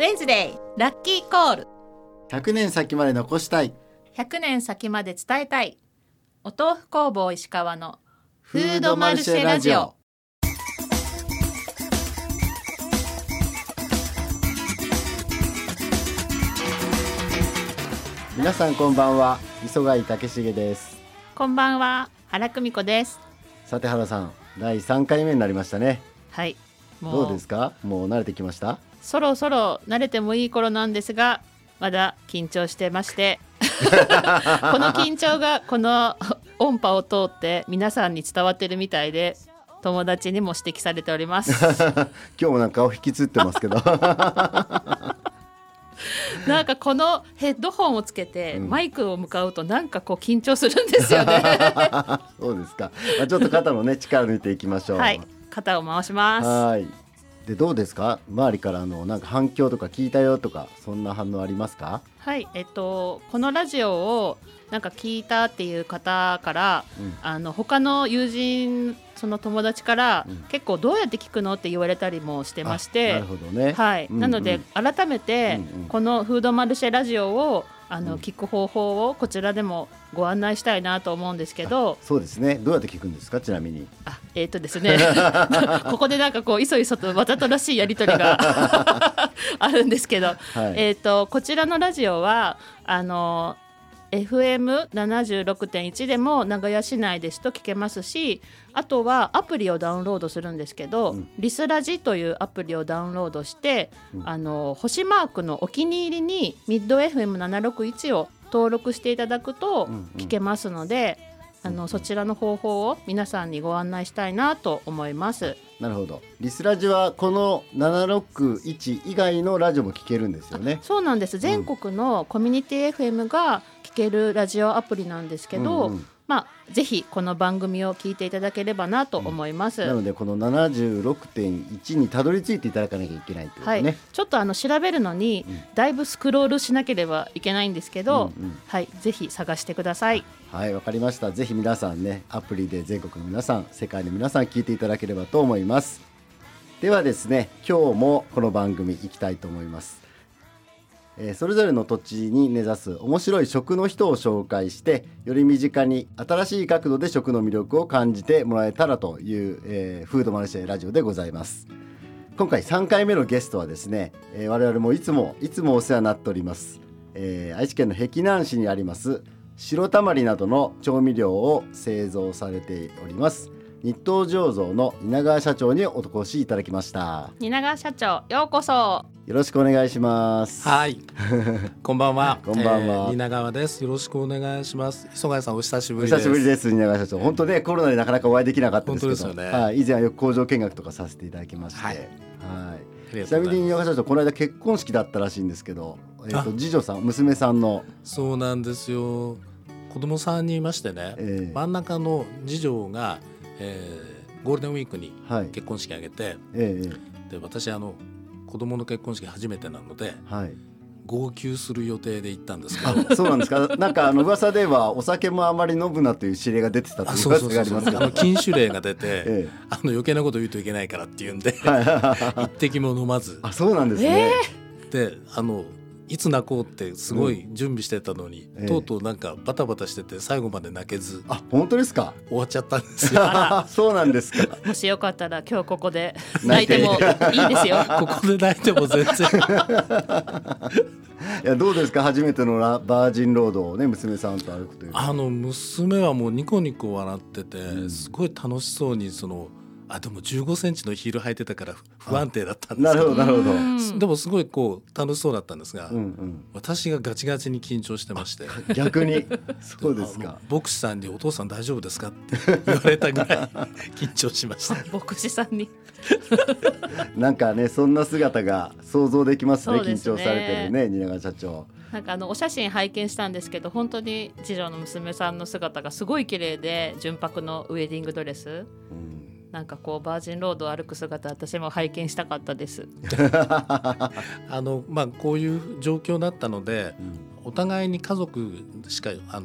ェンズデイラッキーコール。 100年先まで残したい。 100年先まで伝えたい。お豆腐工房石川のフードマルシェラジオ。皆さんこんばんは、磯貝武重です。 こんばんは、原久美子です。 さて原さん、第3回目になりましたね。 はい、 どうですか？もう慣れてきました？ そろそろ慣れてもいい頃なんですが、まだ緊張してましてこの緊張がこの音波を通って皆さんに伝わってるみたいで、友達にも指摘されております今日もなんか顔引きつってますけどなんかこのヘッドホンをつけてマイクを向かうとなんかこう緊張するんですよねそうですか、ちょっと肩のね力抜いていきましょう。 はい、肩を回します。 はい。でどうですか？周りからなんか反響とか聞いたよとか、そんな反応ありますか？ はい、このラジオをなんか聞いたっていう方から、他の友人、その友達から、結構どうやって聞くのって言われたりもしてまして、 なるほどね。 はい、なので改めて、このフードマルシェラジオを聞く方法をこちらでもご案内したいなと思うんですけど。 そうですね。どうやって聞くんですか？ちなみにですねここでなんかこういそいそとわざとらしいやり取りがあるんですけど、はい、こちらのラジオはFM76.1 でも名古屋市内ですと聞けますし、あとはアプリをダウンロードするんですけど、リスラジというアプリをダウンロードして、星マークのお気に入りにミッド FM761 を登録していただくと聞けますので、そちらの方法を皆さんにご案内したいなと思います。 なるほど。リスラジはこの761以外のラジオも聞けるんですよね。 そうなんです。全国のコミュニティ FM が聞けるラジオアプリなんですけど、ぜひこの番組を聞いていただければなと思います。 なのでこの 76.1 にたどり着いていただかなきゃいけないということね。はい、 ちょっと調べるのにだいぶスクロールしなければいけないんですけど、はい、ぜひ探してください。 はい、わかりました。ぜひ皆さんね、アプリで全国の皆さん、世界の皆さん聞いていただければと思います。ではですね、今日もこの番組いきたいと思います。それぞれの土地に根ざす面白い食の人を紹介して、より身近に新しい角度で食の魅力を感じてもらえたらという、フードマルシェラジオでございます。今回3回目のゲストはですね、我々もいつもお世話になっております、愛知県の碧南市にあります白たまりなどの調味料を製造されております日東醸造の蜷川社長にお越しいただきました。 蜷川社長、ようこそ。 よろしくお願いします。 はいこんばんは。 こんばんは、 蜷川です。よろしくお願いします。磯貝さん、お久しぶりです。 お久しぶりです。蜷川社長、本当ね、コロナでなかなかお会いできなかったですけど、 本当ですよね。 はい、以前はよく工場見学とかさせていただきまして、はい、ちなみに蜷川社長、この間結婚式だったらしいんですけど、次女さん、娘さんの。 そうなんですよ。子供3人いましてね、真ん中の次女が、ゴールデンウィークに結婚式あげて、で私子供の結婚式初めてなので、号泣する予定で行ったんですけど。 そうなんですか。なんか噂ではお酒もあまり飲むなという指令が出てたという噂がありますが、 禁酒令が出て、余計なこと言うといけないからっていうんで一滴も飲まず。 そうなんですね。 でいつ泣こうってすごい準備してたのに、とうとうなんかバタバタしてて最後まで泣けず。 本当ですか？ 終わっちゃったんですよそうなんですか。 もしよかったら今日ここで泣いてもいいですよここで泣いても全然いや、どうですか？初めてのバージンロードをね、娘さんと歩くという。 娘はもうニコニコ笑ってて、すごい楽しそうにでも15センチのヒール履いてたから不安定だったんですけど。 なるほど。 でもすごい楽しそうだったんですが、私がガチガチに緊張してまして。 逆にそうですか。 牧師さんにお父さん大丈夫ですかって言われたぐらい緊張しました牧師さんになんかね、そんな姿が想像できますね。緊張されてるね、蜷川社長。 なんかお写真拝見したんですけど、本当に次女の娘さんの姿がすごい綺麗で、純白のウェディングドレス、なんかこうバージンロードを歩く姿、私も拝見したかったですこういう状況だったので、お互いに家族しか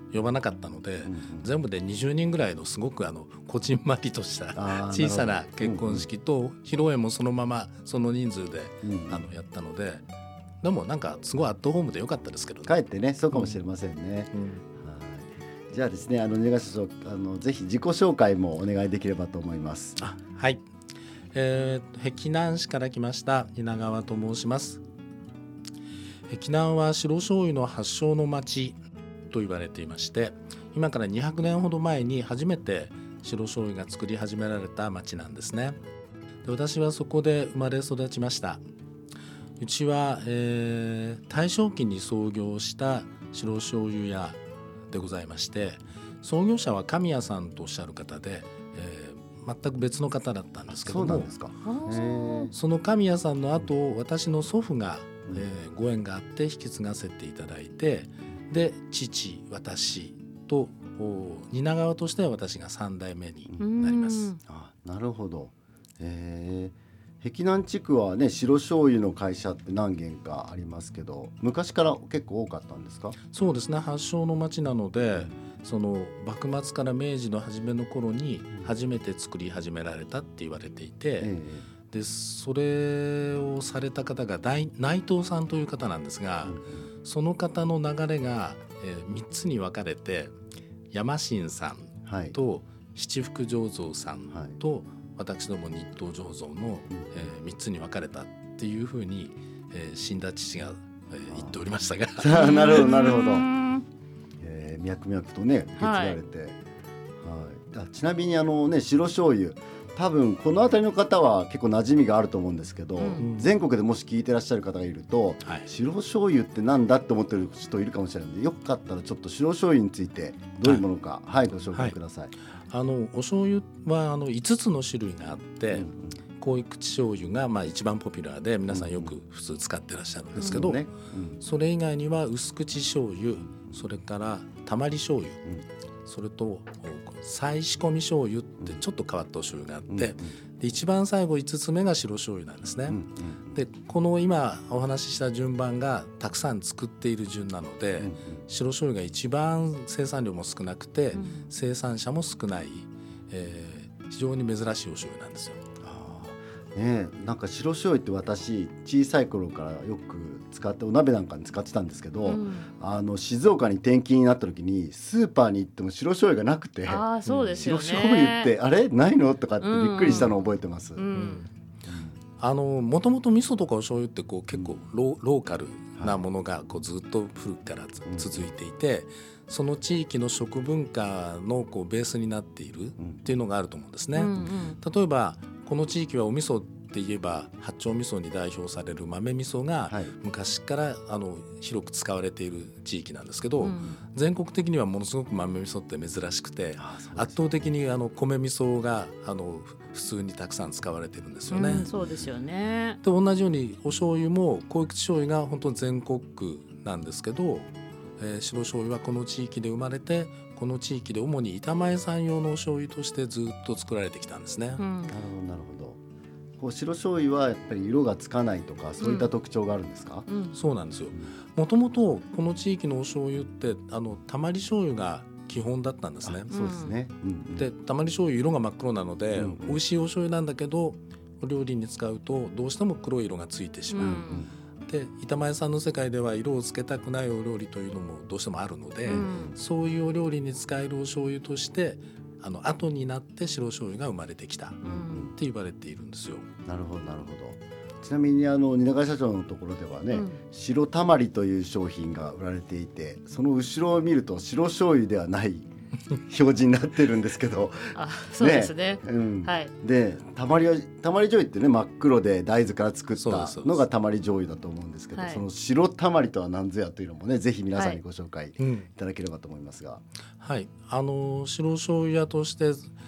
呼ばなかったので、全部で20人ぐらいのすごくこじんまりとした小さな結婚式と、披露宴もそのままその人数でやったので、でもなんかすごいアットホームで良かったですけどね。 かえってね、そうかもしれませんね。じゃあですね、蜷川社長、ぜひ自己紹介もお願いできればと思います。 はい、碧南市から来ました蜷川と申します。碧南は白醤油の発祥の町と言われていまして、今から200年ほど前に初めて白醤油が作り始められた町なんですね。で、私はそこで生まれ育ちました。うちは、大正期に創業した白醤油屋でございまして、創業者は神谷さんとおっしゃる方で、全く別の方だったんですけども、 そうなんですか。 その神谷さんの後、私の祖父が、ご縁があって引き継がせていただいて、で父、私と蜷川としては私が3代目になります。 なるほど。碧南地区はね、白醤油の会社って何軒かありますけど、昔から結構多かったんですか？ そうですね、発祥の町なので、その幕末から明治の初めの頃に初めて作り始められたって言われていて、でそれをされた方が内藤さんという方なんですが、その方の流れが、3つに分かれて、山新さんと七福醸造さんと、私ども日東醸造の、3つに分かれたっていうふうに、死んだ父が、言っておりましたがなるほどなるほど、脈々とね受け継がれて、ちなみに白醤油、多分この辺りの方は結構馴染みがあると思うんですけど、全国でもし聞いてらっしゃる方がいると、白醤油ってなんだって思ってる人いるかもしれないので、よかったらちょっと白醤油についてどういうものか、ご紹介ください。 お醤油は5つの種類があって、濃い口醤油が一番ポピュラーで皆さんよく普通使ってらっしゃるんですけど、それ以外には薄口醤油、それからたまり醤油、それと再仕込み醤油ってちょっと変わったお醤油があって、で一番最後5つ目が白醤油なんですね。でこの今お話しした順番がたくさん作っている順なので、白醤油が一番生産量も少なくて、生産者も少ない、非常に珍しいお醤油なんですよ。 なんか白醤油って私小さい頃からよく使ってお鍋なんかに使ってたんですけど、静岡に転勤になった時にスーパーに行っても白醤油がなくて、 そうですよね、 白醤油ってあれないのとかってびっくりしたのを覚えてます。 もともと味噌とかお醤油って結構ローカルなものがずっと古くから続いていて、その地域の食文化のベースになっているっていうのがあると思うんですね。例えばこの地域はお味噌って言えば八丁味噌に代表される豆味噌が昔から広く使われている地域なんですけど、全国的にはものすごく豆味噌って珍しくて、圧倒的に米味噌が普通にたくさん使われてるんですよね。 そうですよね。 で同じようにお醤油も濃い口醤油が本当に全国区なんですけど、白醤油はこの地域で生まれて、この地域で主に板前さん用のお醤油としてずっと作られてきたんですね。 なるほどなるほど。白醤油はやっぱり色がつかないとか、そういった特徴があるんですか？ そうなんですよ。もともとこの地域のお醤油ってたまり醤油が基本だったんですね。 そうですね。 でたまり醤油色が真っ黒なので、美味しいお醤油なんだけどお料理に使うとどうしても黒い色がついてしまう。で板前さんの世界では色をつけたくないお料理というのもどうしてもあるので、そういうお料理に使えるお醤油として後になって白醤油が生まれてきたって言われているんですよ。 なるほどなるほど。ちなみに蜷川社長のところではね、白たまりという商品が売られていて、その後ろを見ると白醤油ではない表示になってるんですけどそうですね、 でたまり醤油ってね、真っ黒で大豆から作ったのがたまり醤油だと思うんですけど、その白たまりとは何ぞやというのもね、ぜひ皆さんにご紹介いただければと思いますが、 白醤油屋として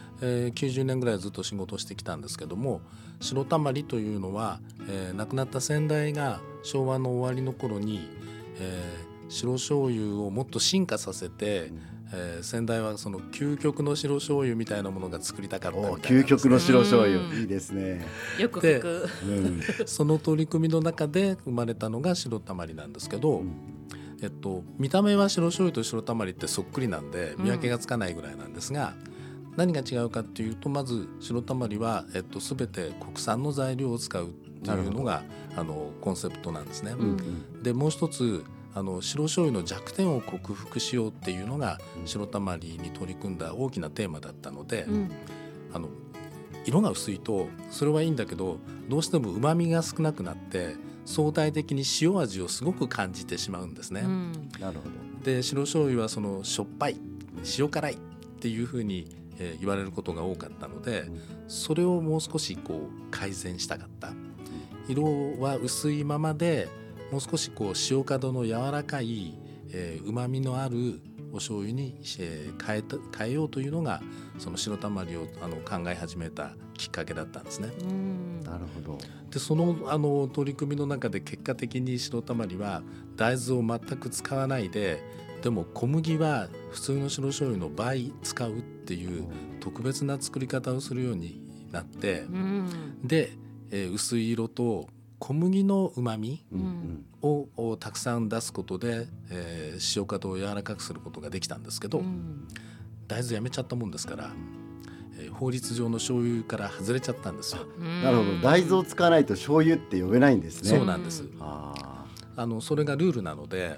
、90年ぐらいずっと仕事してきたんですけども、白たまりというのは、亡くなった先代が昭和の終わりの頃に、白醤油をもっと進化させて、先代はその究極の白醤油みたいなものが作りたかったみたいなんですね。 究極の白醤油、いいですね。 よく聞く。 その取り組みの中で生まれたのが白たまりなんですけど、 見た目は白醤油と白たまりってそっくりなんで見分けがつかないぐらいなんですが、何が違うかっていうと、まず白たまりは、全て国産の材料を使うっていうのがコンセプトなんですね。でもう一つ白醤油の弱点を克服しようっていうのが白たまりに取り組んだ大きなテーマだったので、色が薄いとそれはいいんだけど、どうしても旨味が少なくなって相対的に塩味をすごく感じてしまうんですね。 なるほど。 で白醤油はそのしょっぱい、塩辛いっていうふうに言われることが多かったので、それをもう少し改善したかった。色は薄いままでもう少し塩角の柔らかい旨味のあるお醤油に変えようというのがその白たまりを考え始めたきっかけだったんですね。 なるほど。 でその取り組みの中で結果的に白たまりは大豆を全く使わないで、でも小麦は普通の白醤油の倍使うっていう特別な作り方をするようになって、で、薄い色と小麦のうまみをたくさん出すことで、塩角を柔らかくすることができたんですけど、大豆やめちゃったもんですから、法律上の醤油から外れちゃったんですよ。 なるほど。大豆を使わないと醤油って呼べないんですね。 そうなんです。それがルールなので、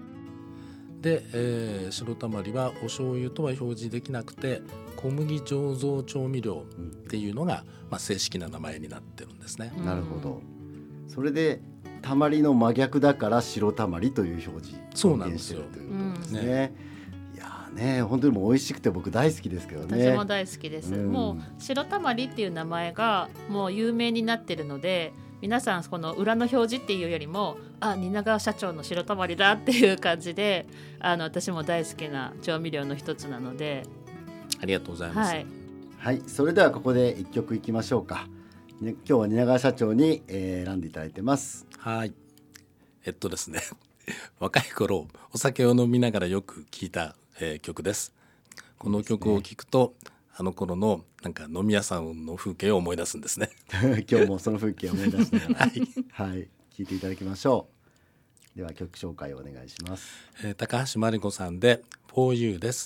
白たまりはお醤油とは表示できなくて小麦醸造調味料っていうのが、正式な名前になってるんですね。 なるほど。それでたまりの真逆だから白たまりという表示表現してるということですね。いやね、本当にもう美味しくて僕大好きですけどね。 私も大好きです。もう白たまりっていう名前がもう有名になってるので、皆さんこの裏の表示っていうよりも蜷川社長の白たまりだっていう感じで、私も大好きな調味料の一つなので。 ありがとうございます。 はい、それではここで一曲いきましょうか。今日は蜷川社長に、選んでいただいてます。 はい。ですね若い頃お酒を飲みながらよく聴いた、曲です。この曲を聴くとあの頃のなんか飲み屋さんの風景を思い出すんですね今日もその風景を思い出しながらはい、聴いていただきましょう。では曲紹介をお願いします。 高橋真理子さんで For You です。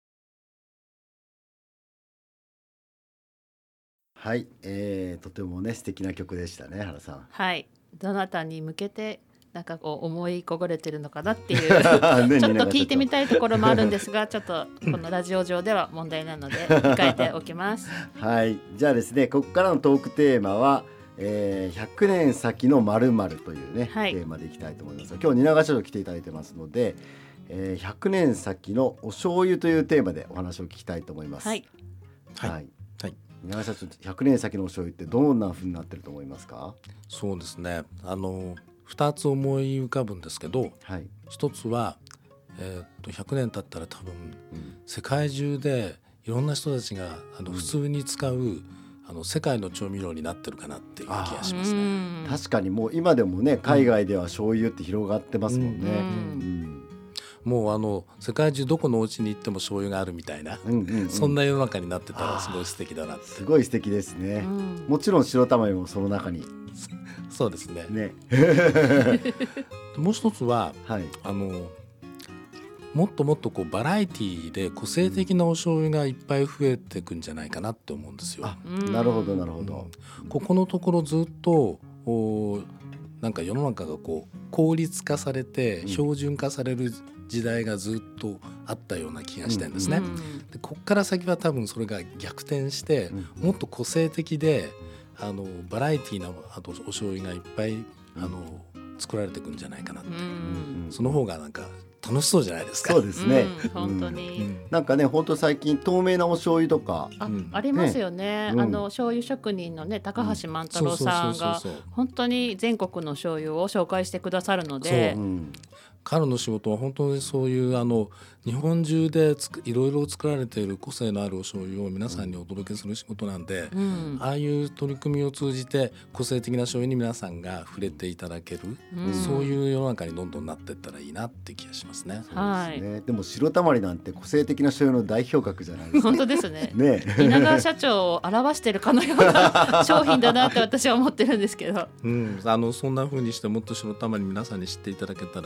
はい、とてもね素敵な曲でしたね、原さん。 はい、どなたに向けてなんか思いこぼれてるのかなっていうちょっと聞いてみたいところもあるんですがちょっとこのラジオ上では問題なので控えておきますはい、じゃあですね、ここからのトークテーマは、100年先の〇〇というね、テーマでいきたいと思います。今日蜷川社長来ていただいてますので、100年先のお醤油というテーマでお話を聞きたいと思います。はい、蜷川社長、100年先のお醤油ってどんな風になってると思いますか？ そうですね、2つ思い浮かぶんですけど、1つは、100年経ったら多分、世界中でいろんな人たちが普通に使う世界の調味料になってるかなっていう気がしますね。 確かにもう今でもね、海外では醤油って広がってますもんね。 もう世界中どこのお家に行っても醤油があるみたいな、そんな世の中になってたらすごい素敵だなって。 すごい素敵ですね。もちろん白玉もその中にそうですね。もう一つは、もっともっとバラエティで個性的なお醤油がいっぱい増えていくんじゃないかなって思うんですよ。 なるほどなるほど。 ここのところずっとなんか世の中が効率化されて標準化される時代がずっとあったような気がしてるんですね。でこっから先は多分それが逆転して、もっと個性的でバラエティーなお醤油がいっぱい作られていくんじゃないかなって、その方がなんか楽しそうじゃないですか。 そうですね、 本当に、 なんかね、本当最近透明なお醤油とかありますよね。醤油職人のね、高橋万太郎さんが本当に全国の醤油を紹介してくださるので、 彼の仕事は本当にそういう日本中でいろいろ作られている個性のあるお醤油を皆さんにお届けする仕事なんで、ああいう取り組みを通じて個性的な醤油に皆さんが触れていただける、そういう世の中にどんどんなっていったらいいなって気がしますね。 そうですね。でも白たまりなんて個性的な醤油の代表格じゃないですか。 本当ですね。蜷川社長を表しているかのような商品だなって私は思ってるんですけど、 そんな風にしてもっと白たまり皆さんに知っていただけたらすごい嬉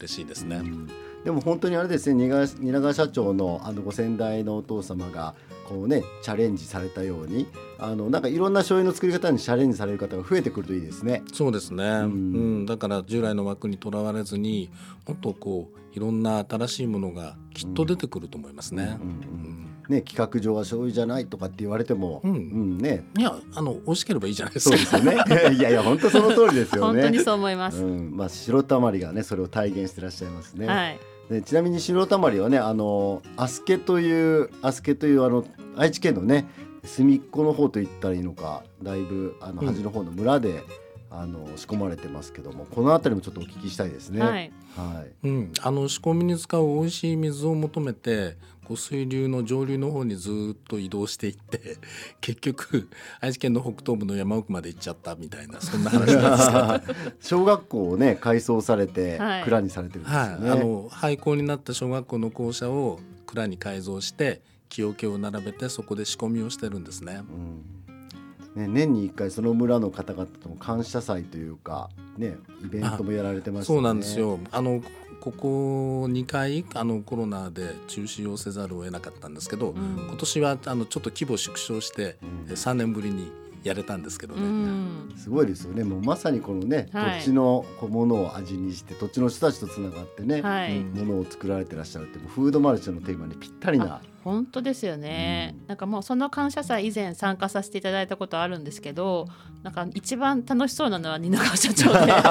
嬉しいですね。 でも本当にあれですね、蜷川社長のご先代のお父様がこうねチャレンジされたようになんかいろんな醤油の作り方にチャレンジされる方が増えてくるといいですね。 そうですね、だから従来の枠にとらわれずにもっとこういろんな新しいものがきっと出てくると思いますね。 ね、企画上は醤油じゃないとかって言われても、ね、 いや美味しければいいじゃないですか。 そうですよねいや本当その通りですよね。 本当にそう思います。 白たまりがねそれを体現してらっしゃいますね。 はい、 でちなみに白たまりはね足助という愛知県のね隅っこの方と言ったらいいのかだいぶ端の方の村で、仕込まれてますけども、このあたりもちょっとお聞きしたいですね。 はい仕込みに使う美味しい水を求めて水流の上流の方にずっと移動していって結局愛知県の北東部の山奥まで行っちゃったみたいなそんな話なんですけど小学校をね改装されて蔵にされてるんですよね。 廃校になった小学校の校舎を蔵に改造して木桶を並べてそこで仕込みをしてるんですね。 年に1回その村の方々との感謝祭というか、ね、イベントもやられてますね。 そうなんですよ。ここ2回コロナで中止をせざるを得なかったんですけど、今年はちょっと規模縮小して、3年ぶりにやれたんですけどね、 すごいですよね。もうまさにこのね、土地のものを味にして土地の人たちとつながってね、ものを作られてらっしゃるっていうフードマルシェのテーマにぴったりな。 本当ですよね、なんかもうその感謝祭以前参加させていただいたことあるんですけど、なんか一番楽しそうなのは蜷川社長で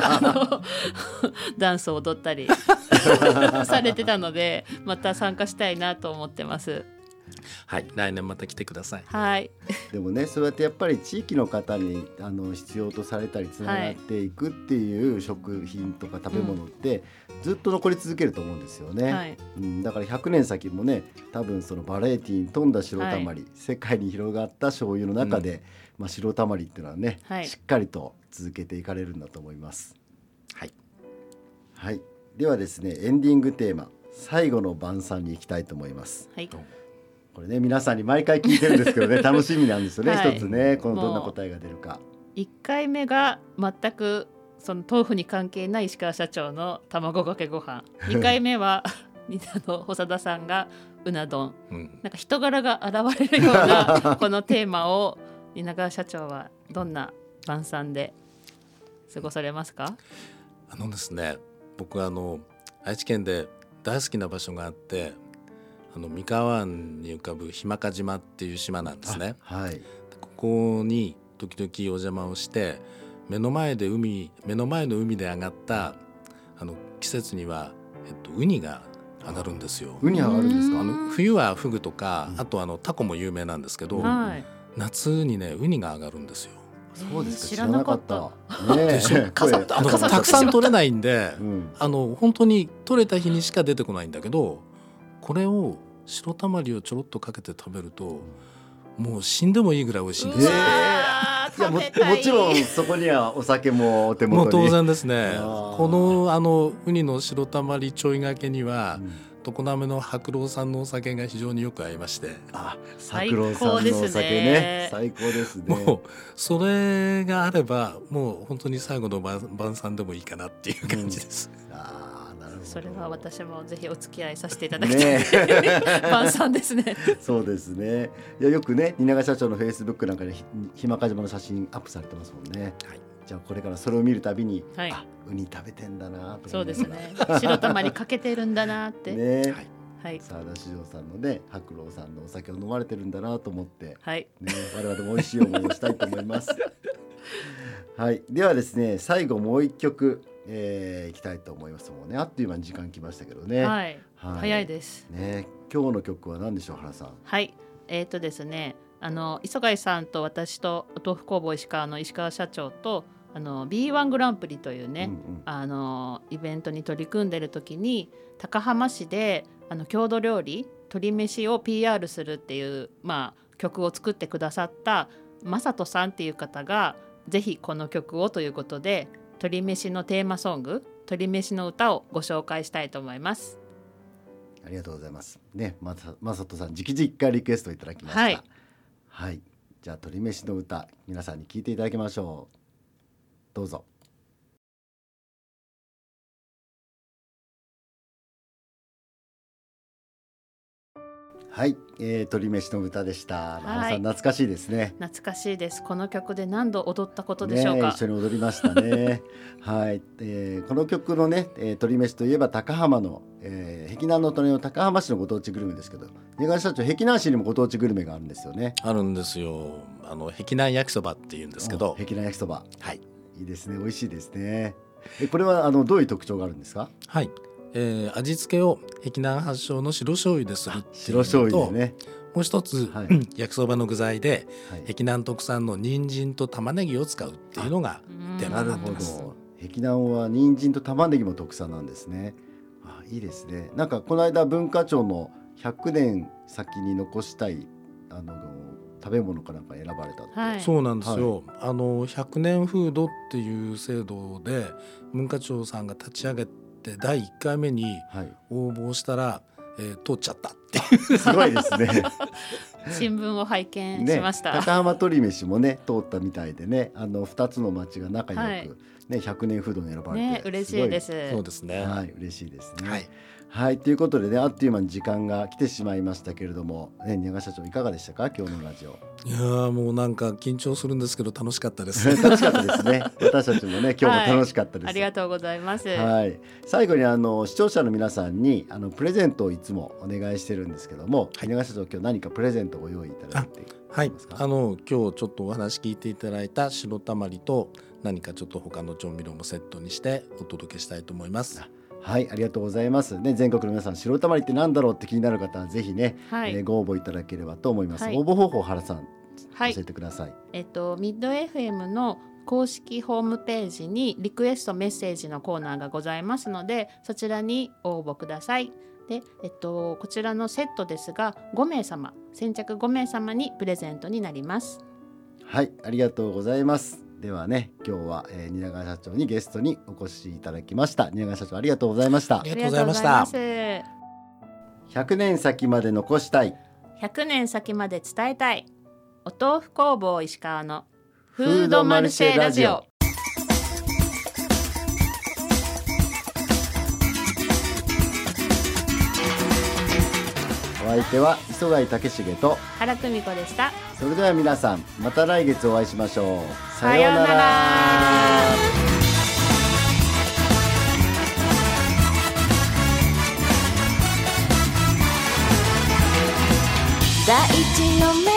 ダンスを踊ったりされてたのでまた参加したいなと思ってます。 はい、来年また来てください。 はい。 でもね、そうやってやっぱり地域の方に必要とされたりつながっていくっていう食品とか食べ物ってずっと残り続けると思うんですよね、だから100年先もね、多分そのバラエティに富んだ白たまり、世界に広がった醤油の中で、白たまりっていうのはね、しっかりと続けていかれるんだと思います。はい、ではですね、エンディングテーマ最後の晩餐に行きたいと思います。これね、皆さんに毎回聞いてるんですけどね楽しみなんですよね、一つね、このどんな答えが出るか。 1回目が全くその豆腐に関係ない石川社長の卵かけご飯2回目は細田さんがうな丼、なんか人柄が現れるようなこのテーマを蜷川社長はどんな晩餐で過ごされますか？ ですね、僕は愛知県で大好きな場所があって、三河湾に浮かぶ日間賀島っていう島なんですね。ここに時々お邪魔をして目の前の海で上がった季節には、ウニが上がるんですよ。 ウニ上がるんですか？ 冬はフグとか、あとタコも有名なんですけど、夏にねウニが上がるんですよ。 そうですか、知らなかった。 たくさん取れないんで、本当に取れた日にしか出てこないんだけど、これを白たまりをちょろっとかけて食べるともう死んでもいいぐらい美味しいんですよ。 もちろんそこにはお酒もお手元に。 もう当然ですね。このウニの白たまりちょいがけには、常滑の白老さんのお酒が非常によく合いまして。 白老さんのお酒ね、最高ですね。 もうそれがあればもう本当に最後の晩餐でもいいかなっていう感じです、 それは私もぜひお付き合いさせていただきたい、晩餐ですね。 そうですね。いや、よくね、蜷川社長のフェイスブックなんかで日間賀島の写真アップされてますもんね。じゃあこれからそれを見るたびに、ウニ食べてんだなとか、 そうですね、白たまりかけてるんだなってね、 澤田史郎さんのね、白老さんのお酒を飲まれてるんだなと思って、我々も美味しい思いをしたいと思いますではですね、最後もう一曲いきたいと思います。もうね、あっという間に時間来ましたけどね。 早いですね。今日の曲は何でしょう、原さん。 ですね、磯貝さんと私とお豆腐工房石川の石川社長とB1 グランプリというね、イベントに取り組んでる時に高浜市で郷土料理鶏飯を PR するっていう、曲を作ってくださった正人さんっていう方がぜひこの曲をということで、鶏飯のテーマソング、鶏飯の歌をご紹介したいと思います。 ありがとうございますね。正人さん直々リクエストいただきました。じゃあ鶏飯の歌、皆さんに聞いていただきましょう。どうぞ。 はい、鳥めしの歌でした。中野さん、懐かしいですね。 懐かしいです。この曲で何度踊ったことでしょうか。 一緒に踊りましたね。はい、この曲のね、鳥めしといえば高浜の、碧南の隣の高浜市のご当地グルメですけど、新潟社長、碧南市にもご当地グルメがあるんですよね。 あるんですよ。碧南焼きそばっていうんですけど。 碧南焼きそば、 はい、 いいですね。美味しいですね。これはどういう特徴があるんですか？ はい、味付けを碧南発祥の白醤油でするっていうのと、 白醤油でね、 もう一つ、はい、焼きそばの具材で、はい、碧南特産の人参と玉ねぎを使うっていうのがテーマになってます。 碧南は人参と玉ねぎも特産なんですね。いいですね。なんかこの間文化庁の100年先に残したい食べ物かなんか選ばれたって、 はい、そうなんですよ、はい、100年フードっていう制度で文化庁さんが立ち上げて第1回目に応募したら、通っちゃったっていうすごいですね。 新聞を拝見しました、 ね、高浜鳥めしもね通ったみたいでね、2つの町が仲良く、はいね、100年フードに選ばれて、 ね、嬉しいです。 そうですね、 はい、嬉しいですね。 はいはい、ということでね、あっという間に時間が来てしまいましたけれども、ね、新賀社長いかがでしたか、今日のラジオ。 いやもうなんか緊張するんですけど楽しかったです楽しかったですね。私たちもね、今日も楽しかったです、 はい、ありがとうございます。 はい、最後に視聴者の皆さんにプレゼントをいつもお願いしてるんですけども、新賀社長、今日何かプレゼントをご用意いただいていますか？ はい、今日ちょっとお話聞いていただいた白たまりと何かちょっと他の調味料もセットにしてお届けしたいと思います。 はい、ありがとうございます、ね、全国の皆さん、白たまりってなんだろうって気になる方はぜひね、はい、ご応募いただければと思います、はい、応募方法、原さん、教えてください。 ミッド FM の公式ホームページにリクエストメッセージのコーナーがございますので、そちらに応募ください。で、こちらのセットですが5名様、先着5名様にプレゼントになります。 はい、ありがとうございます。ではね、今日は、蜷川社長にゲストにお越しいただきました。蜷川社長、ありがとうございました。 ありがとうございました。 100年先まで残したい、 100年先まで伝えたい、お豆腐工房石川のフードマルシェラジオ。 お相手は磯貝武重と原久美子でした。 それでは皆さん、また来月お会いしましょう。 さようなら。大地の